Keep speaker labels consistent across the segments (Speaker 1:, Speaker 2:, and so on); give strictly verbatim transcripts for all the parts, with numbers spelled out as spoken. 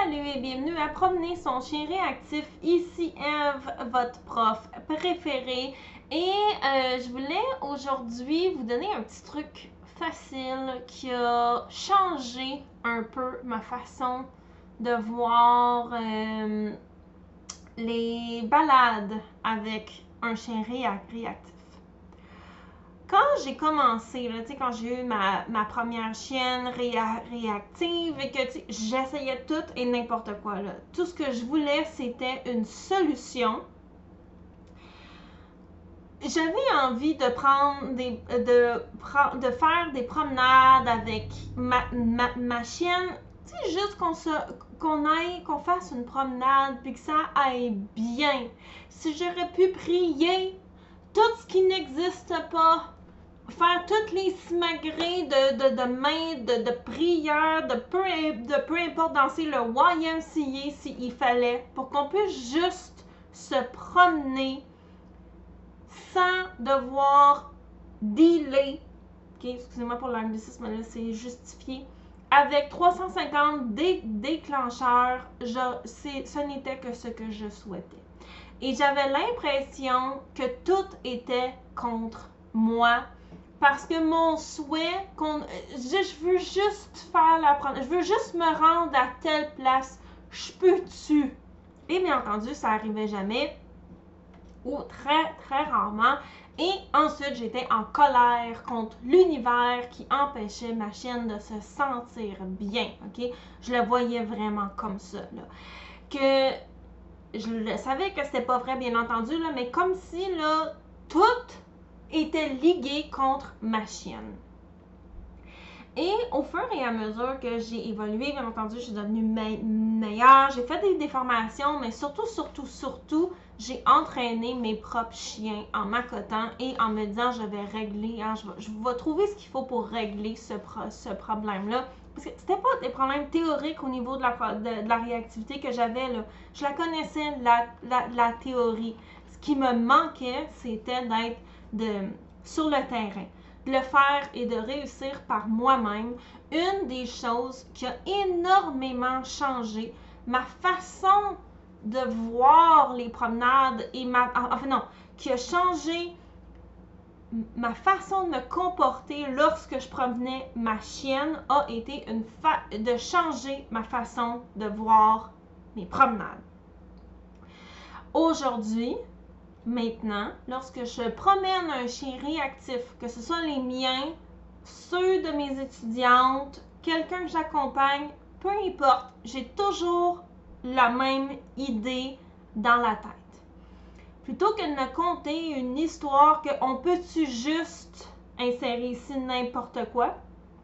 Speaker 1: Salut et bienvenue à Promener son chien réactif. Ici Eve, votre prof préférée. Et euh, je voulais aujourd'hui vous donner un petit truc facile qui a changé un peu ma façon de voir euh, les balades avec un chien réactif. Quand j'ai commencé, là, quand j'ai eu ma, ma première chienne réa réactive et que j'essayais tout et n'importe quoi, là. Tout ce que je voulais, c'était une solution. J'avais envie de prendre des, de, de faire des promenades avec ma, ma, ma chienne, tu sais, juste qu'on se, qu'on aille, qu'on fasse une promenade puis que ça aille bien. Si j'aurais pu prier tout ce qui n'existe pas, faire toutes les simagrées de, de, de mains, de, de prières, de peu, de peu importe danser le Y M C A s'il fallait, pour qu'on puisse juste se promener sans devoir dealer, ok, excusez-moi pour l'anglicisme, là, c'est justifié, avec trois cent cinquante dé déclencheurs, je, ce n'était que ce que je souhaitais. Et j'avais l'impression que tout était contre moi. Parce que mon souhait, qu'on, je, je veux juste faire la promenade, je veux juste me rendre à telle place, je peux-tu? Et bien entendu, ça n'arrivait jamais, ou très, très rarement. Et ensuite, j'étais en colère contre l'univers qui empêchait ma chienne de se sentir bien, ok? Je le voyais vraiment comme ça, là. Que je le savais que c'était pas vrai, bien entendu, là, mais comme si, là, tout était ligué contre ma chienne. Et au fur et à mesure que j'ai évolué, bien entendu, je suis devenue me meilleure, j'ai fait des déformations, mais surtout, surtout, surtout, j'ai entraîné mes propres chiens en m'accotant et en me disant, je vais régler, hein, je, vais, je vais trouver ce qu'il faut pour régler ce, pro ce problème-là. Parce que c'était pas des problèmes théoriques au niveau de la, de, de la réactivité que j'avais, là. Je la connaissais, la, la, la théorie. Ce qui me manquait, c'était d'être de sur le terrain, de le faire et de réussir par moi-même. Une des choses qui a énormément changé ma façon de voir les promenades et ma, enfin non, qui a changé ma façon de me comporter lorsque je promenais ma chienne a été une fa de changer ma façon de voir mes promenades. Aujourd'hui, maintenant, lorsque je promène un chien réactif, que ce soit les miens, ceux de mes étudiantes, quelqu'un que j'accompagne, peu importe, j'ai toujours la même idée dans la tête. Plutôt que de me conter une histoire que on peut-tu juste insérer ici n'importe quoi,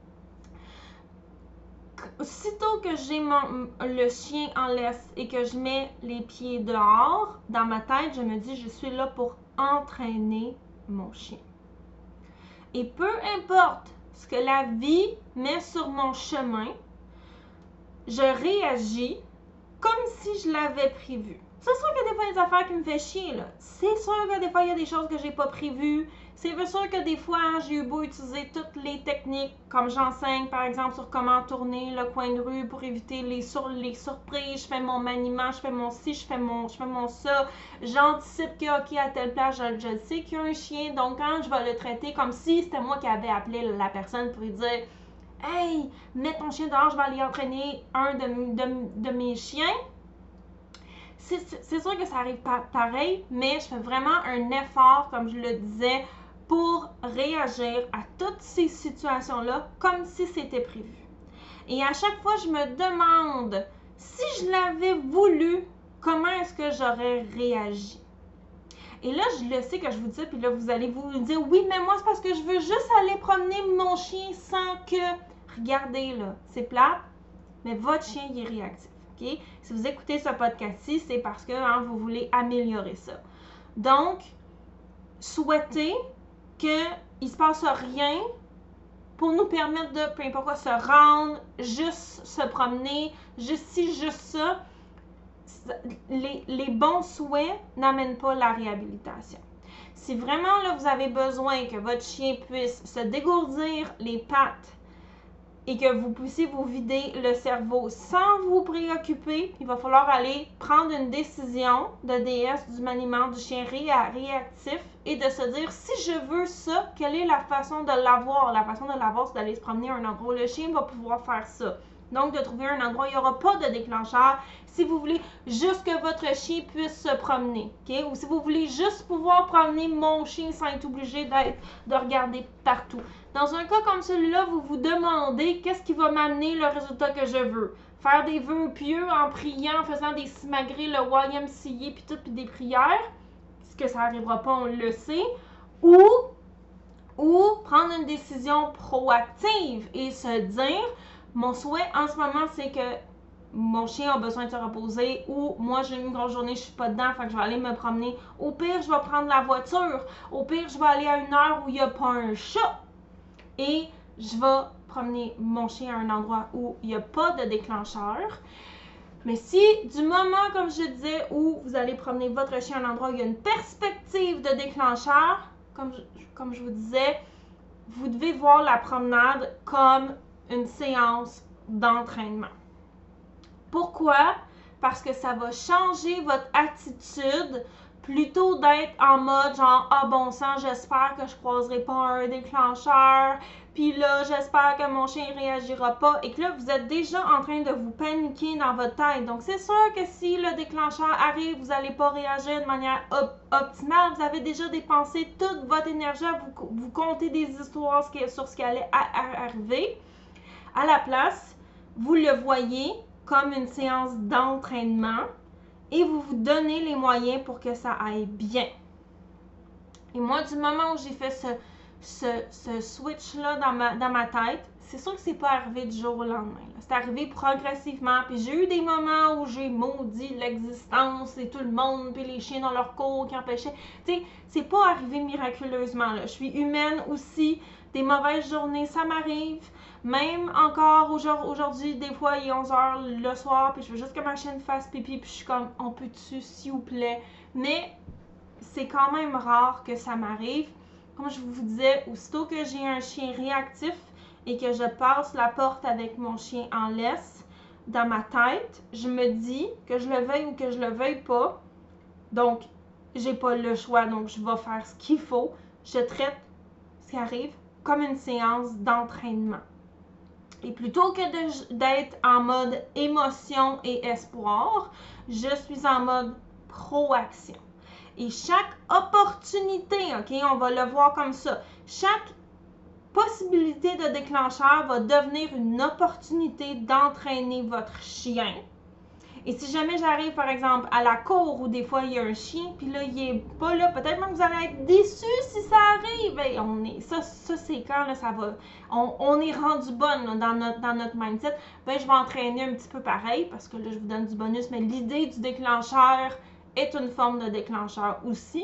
Speaker 1: aussitôt que j'ai le chien en laisse et que je mets les pieds dehors, dans ma tête, je me dis, je suis là pour entraîner mon chien. Et peu importe ce que la vie met sur mon chemin, je réagis comme si je l'avais prévu. C'est sûr que des fois, il y a des affaires qui me font chier, là. C'est sûr que des fois, il y a des choses que j'ai pas prévues. C'est sûr que des fois, hein, j'ai eu beau utiliser toutes les techniques, comme j'enseigne, par exemple, sur comment tourner le coin de rue pour éviter les, sur les surprises. Je fais mon maniement, je fais mon ci, je fais mon, je fais mon ça. J'anticipe que, OK, à telle place, je, je sais qu'il y a un chien, donc quand je vais le traiter comme si c'était moi qui avais appelé la personne pour lui dire « Hey, mets ton chien dehors, je vais aller entraîner un de, de, de mes chiens. » C'est sûr que ça arrive pas pareil, mais je fais vraiment un effort, comme je le disais, pour réagir à toutes ces situations-là comme si c'était prévu. Et à chaque fois, je me demande, si je l'avais voulu, comment est-ce que j'aurais réagi? Et là, je le sais que je vous dis, puis là, vous allez vous dire, oui, mais moi, c'est parce que je veux juste aller promener mon chien sans que, regardez là, c'est plate, mais votre chien, il est réactif. Okay? Si vous écoutez ce podcast-ci, c'est parce que hein, vous voulez améliorer ça. Donc, souhaitez qu'il ne se passe rien pour nous permettre de, peu importe quoi, se rendre, juste se promener, juste ci, juste ça. Les, les bons souhaits n'amènent pas la réhabilitation. Si vraiment là, vous avez besoin que votre chien puisse se dégourdir les pattes et que vous puissiez vous vider le cerveau sans vous préoccuper, il va falloir aller prendre une décision de D S du maniement du chien ré réactif et de se dire, si je veux ça, quelle est la façon de l'avoir? La façon de l'avoir, c'est d'aller se promener à un endroit où le chien va pouvoir faire ça. Donc, de trouver un endroit où il n'y aura pas de déclencheur si vous voulez juste que votre chien puisse se promener. Okay? Ou si vous voulez juste pouvoir promener mon chien sans être obligé d'être de regarder partout. Dans un cas comme celui-là, vous vous demandez qu'est-ce qui va m'amener le résultat que je veux. Faire des vœux pieux en priant, en faisant des simagrées, le Y M C A, puis tout, puis des prières. Ce que ça n'arrivera pas, on le sait. Ou, ou prendre une décision proactive et se dire, mon souhait en ce moment, c'est que mon chien a besoin de se reposer ou moi j'ai une grosse journée, je suis pas dedans, fait que je vais aller me promener. Au pire, je vais prendre la voiture. Au pire, je vais aller à une heure où il n'y a pas un chat. Et je vais promener mon chien à un endroit où il n'y a pas de déclencheur. Mais si, du moment, comme je disais, où vous allez promener votre chien à un endroit où il y a une perspective de déclencheur, comme je, comme je vous disais, vous devez voir la promenade comme une séance d'entraînement. Pourquoi? Parce que ça va changer votre attitude plutôt d'être en mode genre « Ah bon sang, j'espère que je croiserai pas un déclencheur, puis là, j'espère que mon chien ne réagira pas. » Et que là, vous êtes déjà en train de vous paniquer dans votre tête. Donc, c'est sûr que si le déclencheur arrive, vous n'allez pas réagir de manière op optimale. Vous avez déjà dépensé toute votre énergie à vous, vous compter des histoires sur ce qui allait arriver. À la place, vous le voyez comme une séance d'entraînement et vous vous donnez les moyens pour que ça aille bien. Et moi, du moment où j'ai fait ce, ce, ce switch-là dans ma, dans ma tête, c'est sûr que c'est pas arrivé du jour au lendemain. C'est arrivé progressivement. Puis j'ai eu des moments où j'ai maudit l'existence et tout le monde, puis les chiens dans leur cours qui empêchaient. Tu sais, c'est pas arrivé miraculeusement. Là. Je suis humaine aussi. Des mauvaises journées, ça m'arrive. Même encore aujourd'hui, des fois, il est onze heures le soir, puis je veux juste que ma chienne fasse pipi, puis je suis comme, on peut-tu, s'il vous plaît? Mais c'est quand même rare que ça m'arrive. Comme je vous disais, aussitôt que j'ai un chien réactif et que je passe la porte avec mon chien en laisse, dans ma tête, je me dis que je le veuille ou que je le veuille pas. Donc, j'ai pas le choix, donc je vais faire ce qu'il faut. Je traite ce qui arrive comme une séance d'entraînement. Et plutôt que d'être en mode émotion et espoir, je suis en mode proaction. Et chaque opportunité, ok, on va le voir comme ça, chaque possibilité de déclencheur va devenir une opportunité d'entraîner votre chien. Et si jamais j'arrive, par exemple, à la cour où des fois il y a un chien, puis là, il n'est pas là, peut-être même que vous allez être déçus si ça arrive. Et on est, ça, ça c'est quand, là, ça va, on, on est rendu bonne là, dans, notre, dans notre mindset. Ben, je vais entraîner un petit peu pareil, parce que là, je vous donne du bonus, mais l'idée du déclencheur est une forme de déclencheur aussi.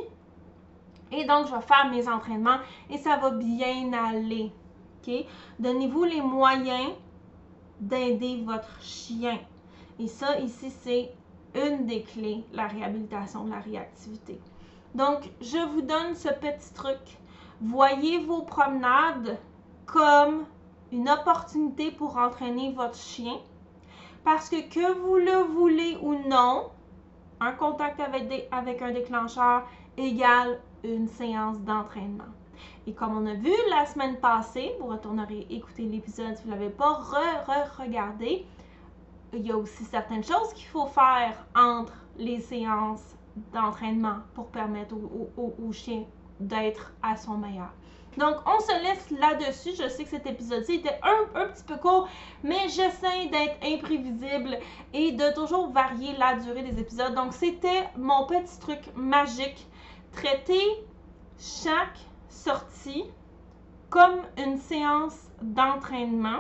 Speaker 1: Et donc, je vais faire mes entraînements et ça va bien aller. Okay? Donnez-vous les moyens d'aider votre chien. Et ça, ici, c'est une des clés, la réhabilitation de la réactivité. Donc, je vous donne ce petit truc. Voyez vos promenades comme une opportunité pour entraîner votre chien. Parce que que vous le voulez ou non, un contact avec, des, avec un déclencheur égale une séance d'entraînement. Et comme on a vu la semaine passée, vous retournerez écouter l'épisode si vous ne l'avez pas re-re-regardé, il y a aussi certaines choses qu'il faut faire entre les séances d'entraînement pour permettre au, au, au chien d'être à son meilleur. Donc, on se laisse là-dessus. Je sais que cet épisode-ci était un, un petit peu court, mais j'essaie d'être imprévisible et de toujours varier la durée des épisodes. Donc, c'était mon petit truc magique. Traiter chaque sortie comme une séance d'entraînement.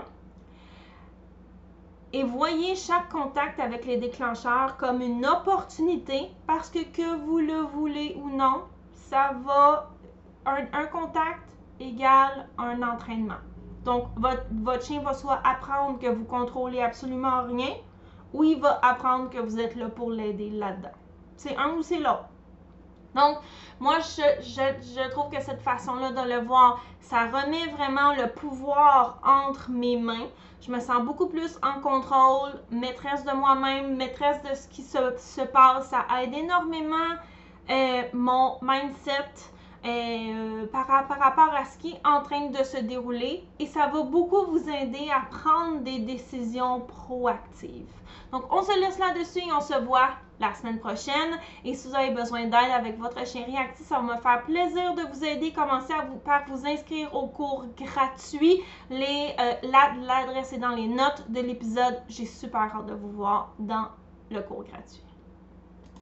Speaker 1: Et voyez chaque contact avec les déclencheurs comme une opportunité parce que que vous le voulez ou non, ça va, un, un contact égale un entraînement. Donc, votre, votre chien va soit apprendre que vous contrôlez absolument rien ou il va apprendre que vous êtes là pour l'aider là-dedans. C'est un ou c'est l'autre. Donc, moi, je, je, je trouve que cette façon-là de le voir, ça remet vraiment le pouvoir entre mes mains. Je me sens beaucoup plus en contrôle, maîtresse de moi-même, maîtresse de ce qui se, se passe. Ça aide énormément euh, mon mindset euh, par, par rapport à ce qui est en train de se dérouler. Et ça va beaucoup vous aider à prendre des décisions proactives. Donc, on se laisse là-dessus et on se voit la semaine prochaine. Et si vous avez besoin d'aide avec votre chien réactif, ça va me faire plaisir de vous aider. Commencez à vous, par vous inscrire au cours gratuit. Les, euh, l'adresse est dans les notes de l'épisode. J'ai super hâte de vous voir dans le cours gratuit.